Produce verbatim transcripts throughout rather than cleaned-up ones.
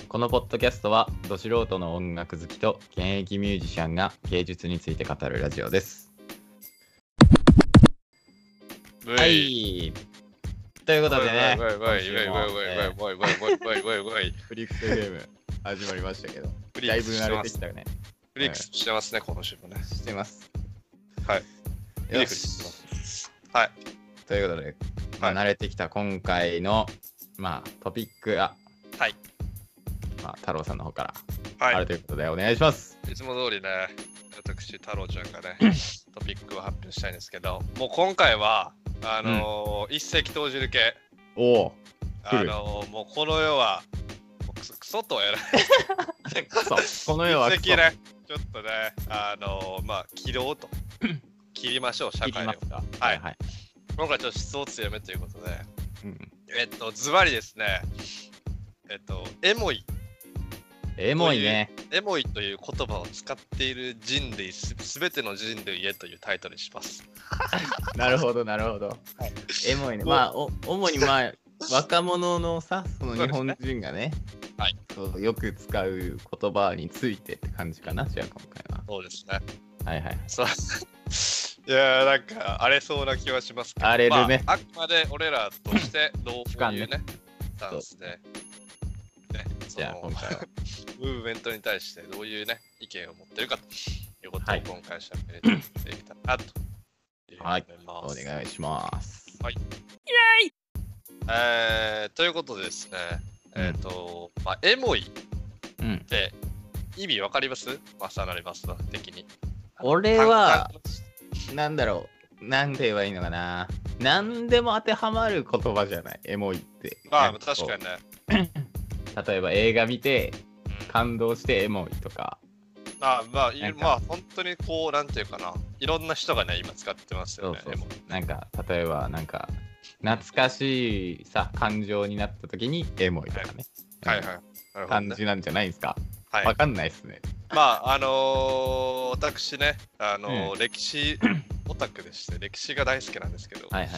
このポッドキャストはど素人の音楽好きと現役ミュージシャンが芸術について語るラジオです。はい。ということでね、フリックスゲーム始まりましたけど、だいぶ慣れてきたよね。 フリックスしてますね、今週もね。 してます。 はい。 よし。 はい。 ということで、まあ、慣れてきた今回の、まあ、トピックが、 はい。 まあ、太郎さんの方から、 はい、 あるということでお願いします。 いつも通りね、私、太郎ちゃんがね、トピックを発表したいんですけど、もう今回は、あのーうん、一石投じる系。 おお。 あのー、もうこの世は、もうクソ、クソとはやらない。 この世は一石ね、ちょっとね、あのー、まあ、切ろうと。切りましょう、社会を。 はいはい。今回ちょっと思想強めということで、 うん、 えっと、ズバリですね、えっと、エモい。 エモいね。 エモいという言葉を使っている人類す、すべての人類へというタイトルにします。 なるほど、なるほど。はい、エモいね。まあ、お主にまあ、若者のさ、その日本人がね、 はい、 そうよく使う言葉についてって感じかな、じゃあ今回は。 そうですね。 はいはい。 そういやー、なんか荒れそうな気はしますけど、 荒れるね。 まあ、あくまで俺らとしてどういうね、スタンスで、ね、 じゃあ今回はムーブメントに対してどういうね、意見を持ってるかということを今回しゃべれていけたらなと思います。 はい、お願いします。 はい。イエーイえー、ということでですね、えっ、ー、と、まあ、エモいって意味わかります？マサナリマスター的に。 俺は、なんだろう、なんて言えばいいのかな。なんでも当てはまる言葉じゃない、エモいって。 まあ、確かにね。 例えば映画見て、感動してエモいとか。 あまあ、まあ、本当にこう、なんていうかな。いろんな人がね、今使ってますよね。 そうそうそうなんか、例えば、なんか、懐かしいさ、感情になった時にエモいとかね。 はいはい。はいはい、感じなんじゃないですか。 はい、 わかんないっすね。 まああのー、私ね、あのーうん、歴史オタクでして歴史が大好きなんですけど、 はいはいはい、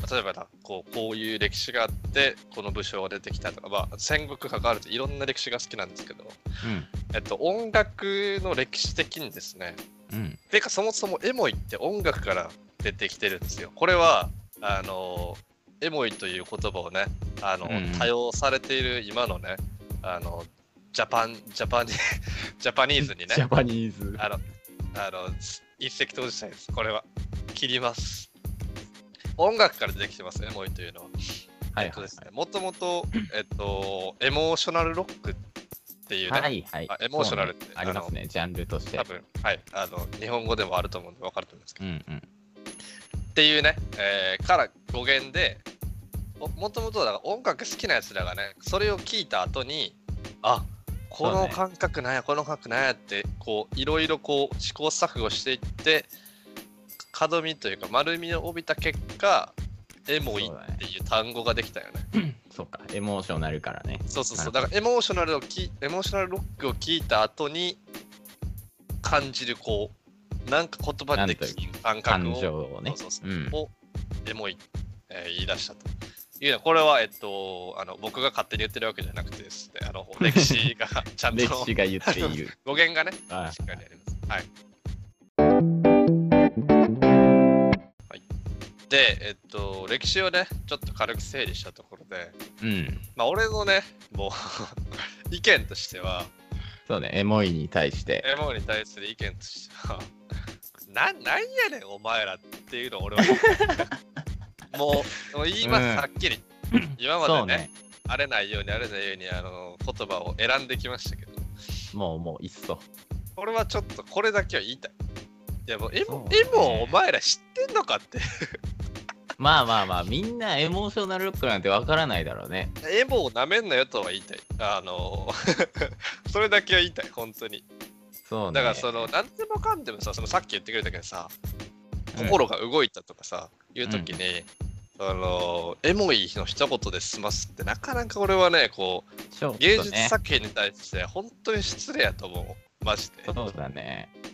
例えばだこうこういう歴史があってこの武将が出てきたとか、まあ、戦国関わるといろんな歴史が好きなんですけど、 うんえっと、音楽の歴史的にですね、 うん、 てかそもそもエモいって音楽から出てきてるんですよ。これはあのー、エモいという言葉をね、あの、うん、多用されている今のね、あのジャパン、ジャパニー、ジャパニーズにね。 ジャパニーズ。 あの、あの、一石投じたいです。これは。切ります。音楽から出てきてますね、エモいというのは。 はい、はい。 えっとですね、もともと、えっと、エモーショナルロックっていうね。 はいはい。 エモーショナルって、 ね、ありますね、ジャンルとして。 多分、はい。あの、日本語でもあると思うんで分かると思うんですけど。 うんうん。 っていうね、えー、から語源で、もともとだから音楽好きなやつらがね、それを聞いた後に、あこの感覚なんや、ね、この感覚なんやってこういろいろこう試行錯誤していって角みというか丸みを帯びた結果エモいっていう単語ができたよね。 そうか、エモーショナルからね。 そうそうそう、だからエモーショナルをきエモーショナルロックを聞いた後に感じるこうなんか言葉できる感覚を感情をね、 そうそうそう、うん、をエモい、えー、言い出したと。いうのこれは、えっと、あの僕が勝手に言ってるわけじゃなくてですね、あの歴史がちゃんと歴史が言っている語源がね、しっかりあります。はい。はい、で、えっと、歴史をね、ちょっと軽く整理したところで、 うん、 まあ、俺のね、もう意見としては、 そうね、エモいに対して。 エモいに対する意見としては、な、なんやねん、お前らっていうのを俺はもう、もう言います、うん、はっきり。今までね、ね荒れないように、荒れないようにあの言葉を選んできましたけど。 もう、もう、いっそ。 これはちょっと、これだけは言いたい。いや、もう、エモ、ね、エモお前ら知ってんのかって。 まあまあまあ、みんなエモーショナルロックなんてわからないだろうね。 エモをなめんなよとは言いたい。あの、それだけは言いたい、本当に。 そうね。 だから、その、なんでもかんでもさ、そのさっき言ってくれたけどさ、心が動いたとかさ、うん、いうときに、うんあのエモいの一言で済ますってなかなか俺はねこう、ね、芸術作品に対して本当に失礼やと思うマジで。 そうだね。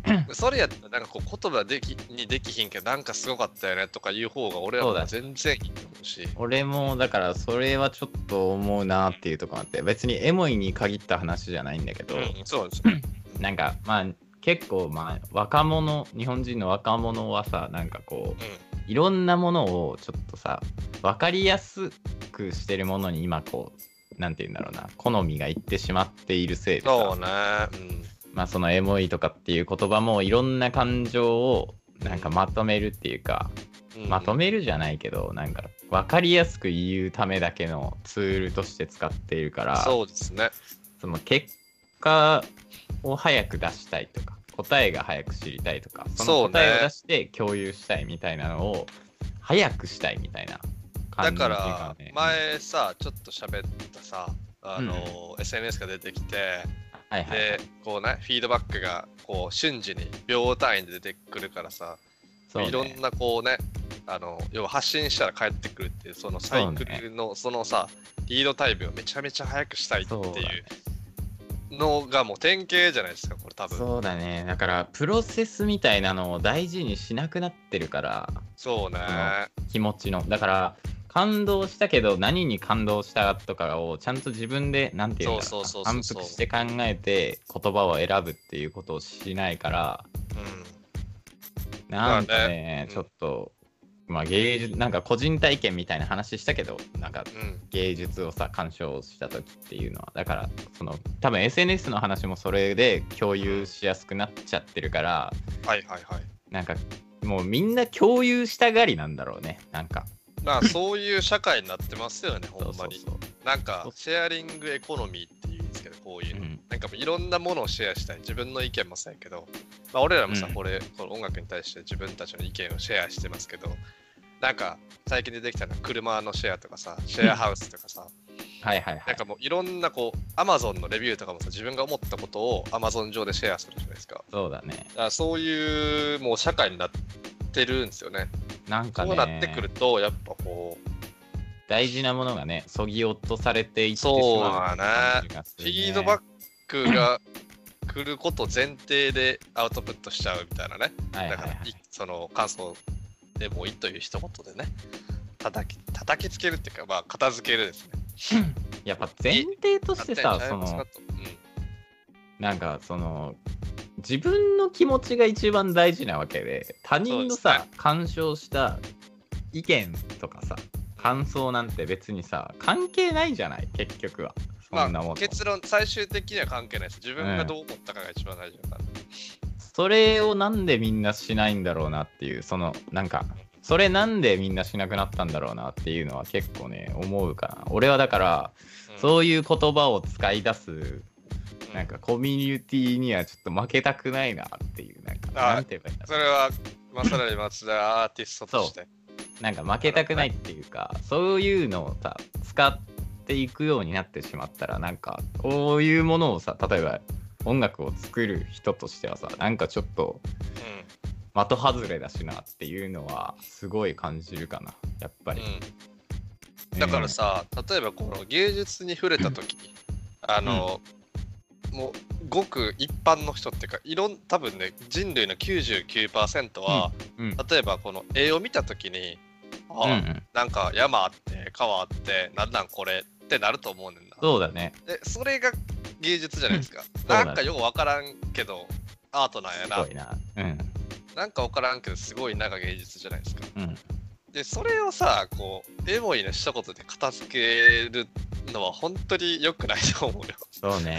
それやったらなんかこう言葉できにできひんけどなんかすごかったよねとか言う方が俺は全然いいと思うし。 俺もだからそれはちょっと思うなっていうところあって、別にエモいに限った話じゃないんだけど、 うん、そうですね。 なんかまあ結構まあ若者、日本人の若者はさ、なんかこう、うん、いろんなものをちょっとさ分かりやすくしてるものに今こうなんて言うんだろうな、好みがいってしまっているせいでさ、 そうね、 うん、まあそのエモいとかっていう言葉もいろんな感情をなんかまとめるっていうか、うん、まとめるじゃないけどなんか分かりやすく言うためだけのツールとして使っているから、 そうですね、 その結果を早く出したいとか答えが早く知りたいとか、その答えを出して共有したいみたいなのを早くしたいみたいな感じが、ね、 だから前さちょっと喋ったさあの、うん、エスエヌエス が出てきて、はいはい、でこうねフィードバックがこう瞬時に秒単位で出てくるからさ、ね、いろんなこうねあの要は発信したら返ってくるっていうそのサイクルの そ,、ね、そのさリードタイムをめちゃめちゃ早くしたいっていうのがもう典型じゃないですかこれ多分。 そうだね、だからプロセスみたいなのを大事にしなくなってるから、 そうね、 気持ちのだから感動したけど何に感動したとかをちゃんと自分でなんていうんだろう、反復して考えて言葉を選ぶっていうことをしないから、うん、なんかね、ちょっとまあ芸術なんか個人体験みたいな話したけど、なんか芸術をさ鑑賞した時っていうのはだからその多分 エスエヌエス の話もそれで共有しやすくなっちゃってるから、 はいはいはい、 なんかもうみんな共有したがりなんだろうね、なんかまあそういう社会になってますよねほんまに。そうそうそう、なんかシェアリングエコノミーっていうんですけどこういうの、うん、なんかいろんなものをシェアしたい、自分の意見もそうやけど、まあ、俺らもさ、うん、これこの音楽に対して自分たちの意見をシェアしてますけど、なんか最近出てきたのは車のシェアとかさ、シェアハウスとかさ、 はいはいはい、 なんかもういろんなこう Amazon のレビューとかもさ自分が思ったことを Amazon 上でシェアするじゃないですか。 そうだね。 だからそういうもう社会になってるんですよね。 なんかね、 そうなってくるとやっぱこう大事なものがねそぎ落とされていってしまう、ね、 そうだね。フィードバックが来ること前提でアウトプットしちゃうみたいなね。 はいはいはい、 だからその感想でもいいという一言でね叩き叩きつけるっていうかまあ片付けるですね。 やっぱ前提としてさ、その、うん、なんかその自分の気持ちが一番大事なわけで、他人のさ、ね、干渉した意見とかさ感想なんて別にさ関係ないじゃない結局は。そんなもの、まあ、 結論最終的には関係ないです。自分がどう思ったかが一番大事だから、うん、 それをなんでみんなしないんだろうなっていう、そのなんかそれなんでみんなしなくなったんだろうなっていうのは結構ね思うかな。俺はだから、うん、そういう言葉を使い出す、うん、なんかコミュニティにはちょっと負けたくないなっていう、なんかなんて言えばいいんだろう。 それはまさに松田アーティストとしてなんか負けたくないっていうか、そういうのをさ使っていくようになってしまったら、なんかこういうものをさ例えば音楽を作る人としてはさなんかちょっと、うん、的外れだしなっていうのはすごい感じるかなやっぱり、 うん、だからさ、えー、例えばこの芸術に触れた時にあの、うん、もうごく一般の人っていうかいろん多分ね人類の きゅうじゅうきゅうパーセント は、うんうん、例えばこの絵を見た時にあ、うんうん、なんか山あって川あってなんなんこれってなると思うねんな。 そうだね。 でそれが芸術じゃないですか。なんかよく分からんけどアートなんやな。 すごいな。うん。 なんか分からんけどすごいなんか芸術じゃないですか。 うん。 でそれをさこうエモいの一言で片付けるのは本当に良くないと思うよ。 そうね。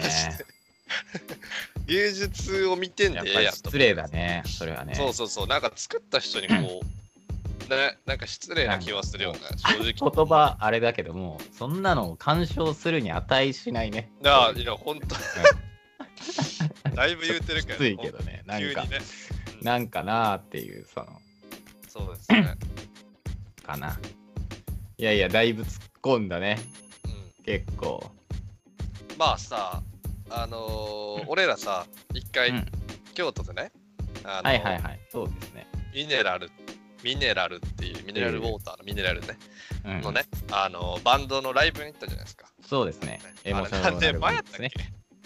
芸術を見てんでええやんと。 失礼だね。それはね。 そうそうそう。なんか作った人にこう。ね、なんか失礼な気はするような正直言葉あれだけどもそんなのを干渉するに値しないね。 いやいやほんとだいぶ言うてるけどきついけどねなんか、ねうん、なんかなーっていうそのそうですねかな。いやいやだいぶ突っ込んだね、うん、結構まあさあのー、俺らさ一回、うん、京都でねあのー、はいはいはいそうですねミネラルミネラルっていうミネラルウォーターのミネラルね、うん、のねあのバンドのライブに行ったじゃないですか。 そうですね。 エモーショナルなルバンドですね。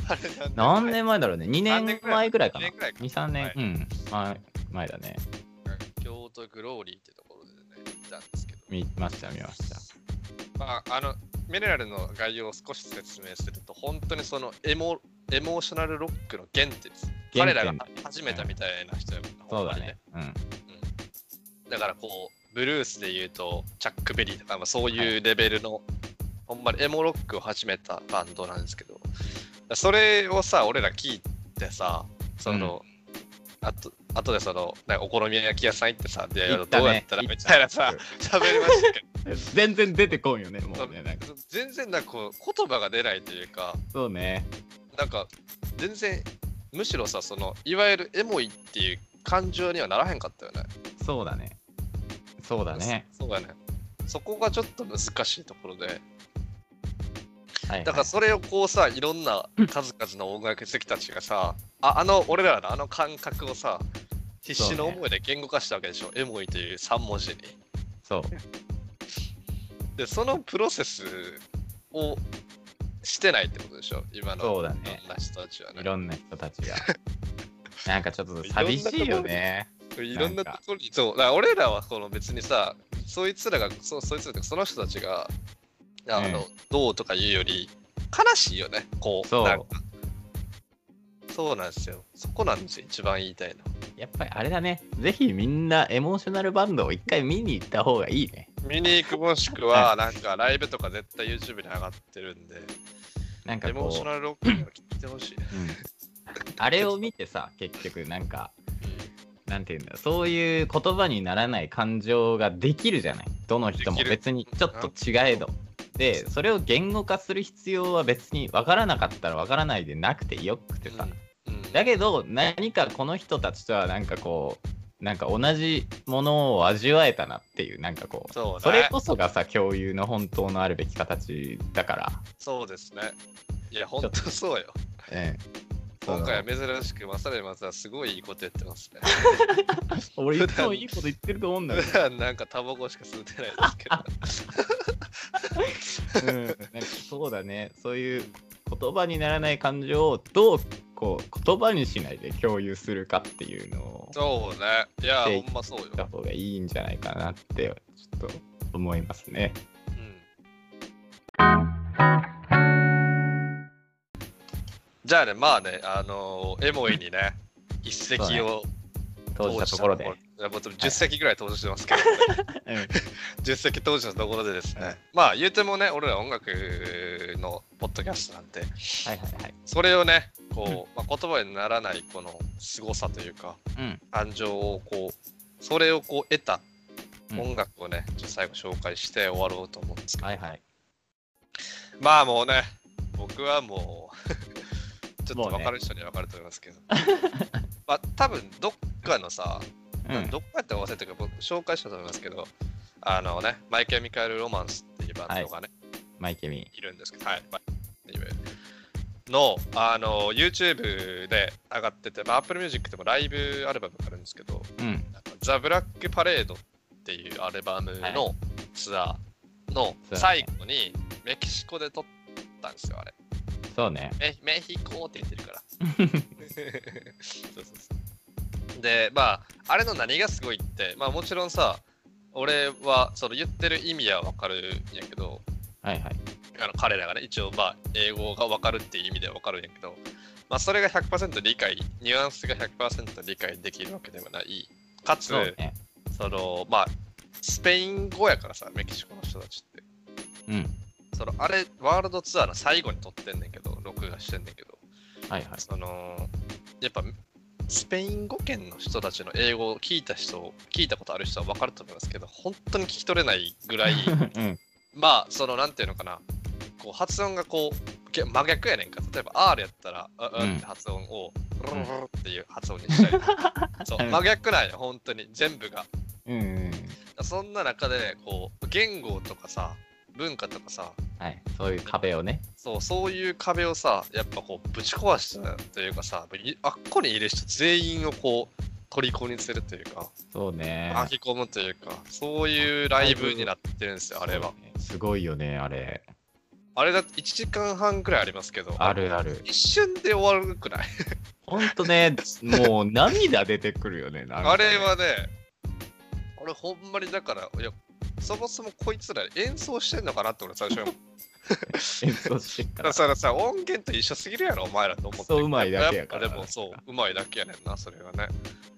何年前だろうね。にねんまえぐらいかな。 にねんぐらいかに、さんねん、 はいうん。前、前だね。 京都グローリーってところでね、行ったんですけど。 見ました、見ました。 まあ、あの、ミネラルの概要を少し説明すると、本当にそのエモエモーショナルロックの原点です。彼らが始めたみたいな人やもん、 うん、そうだね。うん、うん。 だからこう、ブルースで言うと、チャック・ベリーとか、まあ、そういうレベルの、はい、ほんまにエモロックを始めたバンドなんですけど、それをさ、俺ら聞いてさ、その、うん、あと、あとでその、なんかお好み焼き屋さん行ってさ、で、ね、どうやったらみたいなさ、喋りましたけど。 全然出てこんよね、もうね。なんか全然なんかこう言葉が出ないというか、 そうね。 なんか全然、むしろさ、そのいわゆるエモいっていう感情にはならへんかったよね。 そうだね。そうだね。 そうだね。そこがちょっと難しいところで。はいはい、だからそれをこうさ、いろんな数々の音楽好きたちがさ、ああの俺らのあの感覚をさ、必死の思いで言語化したわけでしょ、エモいというさん文字に。 そう。 で、そのプロセスをしてないってことでしょ、今のそうだね、 いろんな人たちはね。 いろんな人たちが。なんかちょっと寂しいよね。 いろんなところに、そう、だから俺らはこの別にさ、そいつらが、そ, そいつらその人たちが、あの、うん、どうとか言うより、悲しいよね、こう。 そう。 なんかそうなんですよ。そこなんですよ、一番言いたいの。 やっぱりあれだね、ぜひみんなエモーショナルバンドを一回見に行った方がいいね。 見に行くもしくは、なんかライブとか絶対 YouTube に上がってるんで、 なんかこうエモーショナルロックを聞いてほしい、うん。 あれを見てさ、結局なんか、うん、なんていうんだ、そういう言葉にならない感情ができるじゃない。どの人も別にちょっと違えど。で、それを言語化する必要は別に分からなかったら分からないでなくてよくてさ。うんうん、だけど、何かこの人たちとはなんかこう、なんか同じものを味わえたなっていう、なんかこう、 そうね、 それこそがさ、共有の本当のあるべき形だから。 そうですね。いや、本当そうよ。ええ、今回は珍しく、まさにまずはすごいいいこと言ってますね。 俺いつもいいこと言ってると思うんだけど。 普段なんかタバコしか吸ってないですけど。 うん、なんかそうだね。そういう言葉にならない感情をどうこう言葉にしないで共有するかっていうのを。 そうね。いや、ほんまそうよ。 した方がいいんじゃないかなってちょっと思いますね。 うん。じゃあね、まあね、あのー、エモいにね、一席を投じたところで。 じゅっ席ぐらい投じてますけど、ね、はい、じゅっ席投じたところでですね、はい、まあ言うてもね、俺ら音楽のポッドキャストなんて、 はいはいはい、 それをね、こう、うん、まあ、言葉にならないこの凄さというか、 うん、 感情をこう、それをこう得た音楽をね、うん、ちょっと最後紹介して終わろうと思うんですけど、 はいはい、 まあもうね、僕はもう、ちょっと分かる人には分かると思いますけど、ね、まあ多分どっかのさ、うん、どっかやったら忘れてるか僕紹介したと思いますけど、あのね、マイケル・ミカエル・ロマンスっていうバンドがね、 はい、マイケミいるんですけど、はい、の、あの、YouTube で上がってて、まあ、Apple Music でもライブアルバムがあるんですけど、 うん、 ザ・ブラック・パレードっていうアルバムのツアーの最後にメキシコで撮ったんですよ、あれ。 そうね。 メ, メヒコって言ってるから。そうそうそう。で、まあ、あれの何がすごいって、まあもちろんさ、俺はその言ってる意味はわかるんやけど、 はいはい。 あの彼らがね、一応まあ英語がわかるっていう意味ではわかるんやけど、まあそれが ひゃくパーセント 理解、ニュアンスが ひゃくパーセント 理解できるわけではない。かつ、そ,、ね、その、まあ、スペイン語やからさ、メキシコの人たちって。 うん。 そのあれ、ワールドツアーの最後に撮ってんねんけど、録画してんねんけど、 はいはい。 その、やっぱ、スペイン語圏の人たちの英語を聞いた人、聞いたことある人は分かると思いますけど、本当に聞き取れないぐらい、うん、まあ、その、なんていうのかな、こう発音がこう、真逆やねんか。例えば R やったら、あうんって発音を、ルルルルっていう発音にしたり、そう、真逆なんよ、本当に、全部が。 うんうん、 そんな中で、こう、言語とかさ、文化とかさ、 はい、そういう壁をね。 そう、そういう壁をさ、やっぱこう、ぶち壊したというかさ、あっこにいる人全員をこう、虜にするというか、 そうね。 巻き込むというか、そういうライブになってるんですよ、あれは。 すごいよね、あれ。 あれだっていちじかんはんくらいありますけど、 あるある。 一瞬で終わるくらい。 ほんとね、もう涙出てくるよね。なんかねあれはね、俺ほんまにだから、いや、そもそもこいつら演奏してんのかなって俺最初に。 演奏してっか。 だかららさ、音源と一緒すぎるやろ、お前らと思って。 そううまいだけやから。 でもそう、うまいだけやねんな、それはね。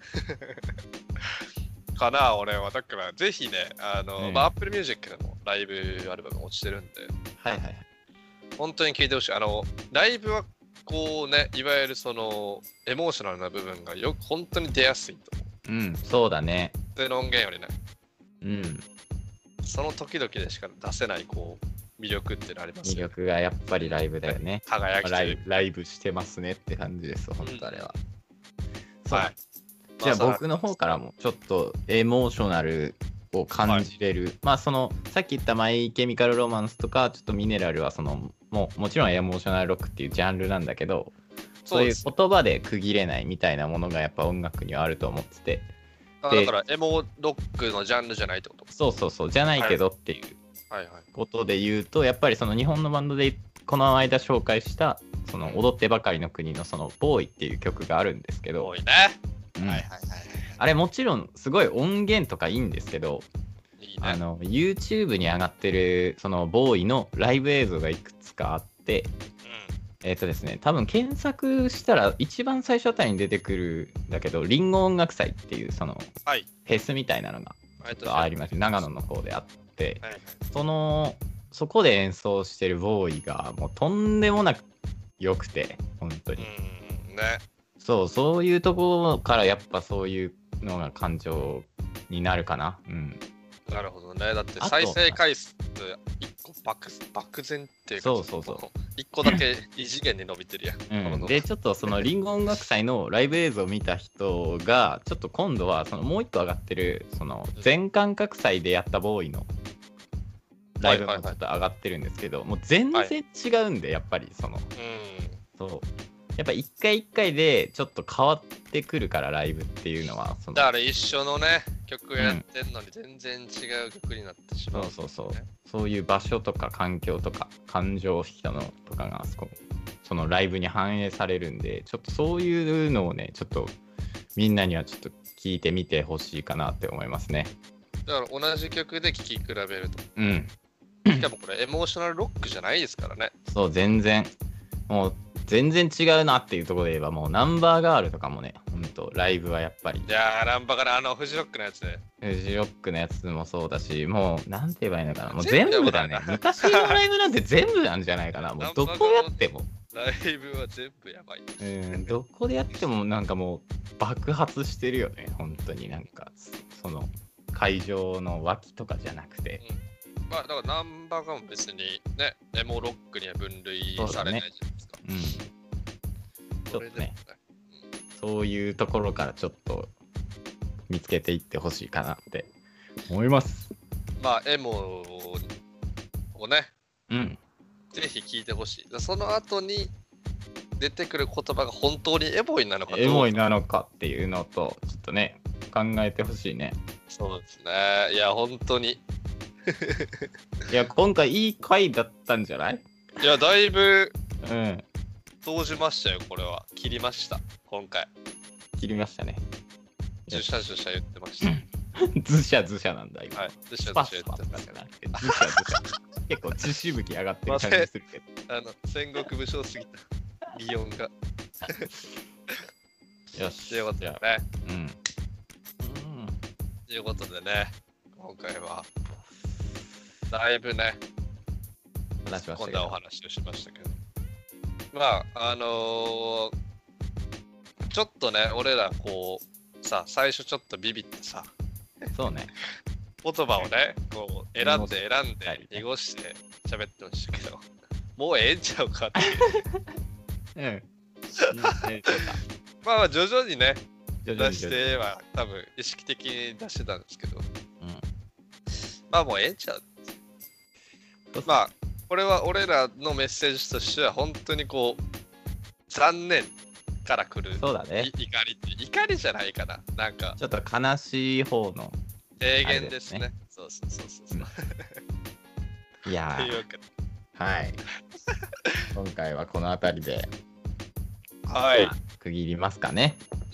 かな、俺は。だから、ぜひね、あの、 ねまあ、Apple Music でもライブアルバム落ちてるんで、 はいはいはい。 本当に聴いてほしい。あの、ライブはこうね、いわゆるその、エモーショナルな部分がよく本当に出やすいと思う。 うん、そうだね。 で、音源よりね、 うん。 その時々でしか出せない、こう、魅力ってのあります魅よね。 力がやっぱりライブだよね。 輝きてるライブ。ライブしてますねって感じです、本当あれは。そうはい。 じゃあま僕の方からもちょっとエモーショナルを感じれる、まあそのさっき言ったマイケミカルロマンスとかちょっとミネラルはそのもうもちろんエモーショナルロックっていうジャンルなんだけど、そういう言葉で区切れないみたいなものがやっぱ音楽にはあると思ってて、 あだからエモロックのジャンルじゃないってことそうそうそうじゃないけどっていうはいはいことで言うと、やっぱりその日本のバンドでこの間紹介したその踊ってばかりの国のそのボーイっていう曲があるんですけど、 多いね。 うんはいはいはい。 あれもちろんすごい音源とかいいんですけど、 いいね。 あの YouTube に上がってるそのボーイのライブ映像がいくつかあって、えっ、とですね、多分検索したら一番最初あたりに出てくるんだけど、リンゴ音楽祭っていうそのはい。 フェスみたいなのがありちょっとあります。長野の方であって、 はいはい。 そのそこで演奏してるボーイがもうとんでもなく良くて、本当に。 うんね。 そう、そういうところからやっぱそういうのが感情になるかな。うん。 なるほどね。だってあと再生回数いっこ漠漠然っていうか、 そうそうそういっこだけ異次元に伸びてるやん。 うん、 このでちょっとそのリンゴ音楽祭のライブ映像を見た人がちょっと今度はそのもう一個上がってるその全感覚祭でやったボーイのライブもちょっと上がってるんですけど、もう全然違うんでやっぱりその、 うん。 そうやっぱ一回一回でちょっと変わってくるからライブっていうのはそのだから一緒のね、曲やってんのに全然違う曲になってしまう、 そうそうそうそういう場所とか環境とか感情人のとかがそこそのライブに反映されるんで、ちょっとそういうのをねちょっとみんなにはちょっと聞いてみてほしいかなって思いますね。 だから同じ曲で聴き比べると。 うん。 しかもこれエモーショナルロックじゃないですからね。 そう全然もう全然違うなっていうところで言えばもうナンバーガールとかもね、ほんとライブはやっぱりいやーナンバーからあのフジロックのやつで、 フジロックのやつもそうだし、もうなんて言えばいいのかな、もう全部全部だね。昔のライブなんて全部なんじゃないかな。もうどこやっても。 ライブは全部やばい。 うんどこでやってもなんかもう爆発してるよね。本当になんかその会場の脇とかじゃなくて。 まあだからナンバーガンも別にね、エモロックには分類されないじゃないですか。 うん。ちょっとね、 うん、 そういうところからちょっと見つけていってほしいかなって思います。 まあエモをね、 うん。 ぜひ聞いてほしい。その後に出てくる言葉が本当にエモいなのかどうか。 エモいなのかっていうのとちょっとね考えてほしいね。 そうですね。いや本当に。 いや今回いい回だったんじゃない？ いやだいぶうん投じましたよ。これは切りました今回。 切りましたね。 ズシャズシャ言ってました。 ズシャズシャなんだ今。 はい。ズシスパスャズシャ言ってましパとかじゃなくてズシャズシャ。結構血しぶき上がってる感じするけど。 た。あの戦国武将すぎた。擬音が。 よし。 ということでね。 うん。うん。 ということでね、今回はだいぶね、 話しましたけどこんなお話をしましたけど。まあ、あのー、ちょっとね、俺らこう、さ、最初ちょっとビビってさ、 そうね。 言葉をね、こう、選んで選んで、濁して喋ってましたけど、もうええんちゃうかっていう。 うん。 まあまあ、徐々にね、 徐々に出しては、多分意識的に出してたんですけど、 うん。 まあもうええんちゃう。まあ、これは俺らのメッセージとしては、本当にこう、残念から来るそうだね。 い怒りって、怒りじゃないかな。なんか、 ちょっと悲しい方の。 提言ですね。 ねそうそうそうそう。 いやというわけで、 はい。今回はこの辺りで、 はい、 区切りますかね。 うん、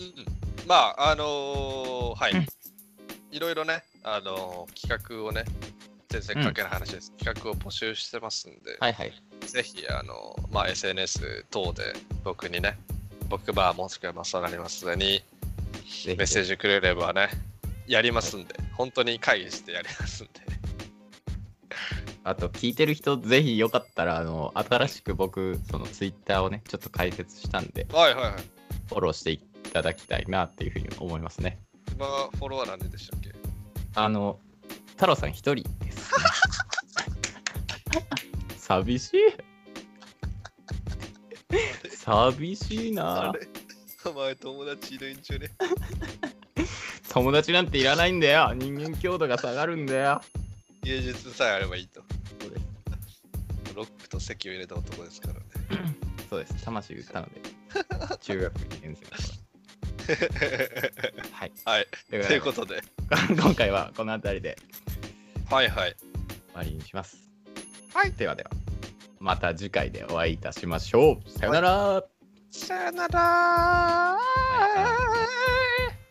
まあ、あのー、はい。うん、いろいろね、あのー、企画をね、全然関係ない話です、うん。企画を募集してますんで、 はいはい、 ぜひ、あのー、まあ、エスエヌエス 等で僕にね、僕ばもしくはマサガリマスにメッセージくれればね、やりますんで、はい、本当に会議してやりますんで。 あと聞いてる人ぜひよかったらあの新しく僕そのツイッターをねちょっと開設したんで、 はいはいはい、 フォローしていただきたいなっていうふうに思いますね。 今フォロワー何人でしたっけ？ あの太郎さん一人です、ね、寂しい寂しいな。 お前友達いるんちゅうね。 友達なんていらないんだよ。人間強度が下がるんだよ。 芸術さえあればいいと。そうです。ロックと席を入れた男ですからね。 そうです。魂売ったので。中学にねん生の頃。はい。 はい。ということで。 今回はこの辺りで。 はいはい。 終わりにします。 はい。 ではでは。また次回でお会いいたしましょう。さよなら。 さよなら。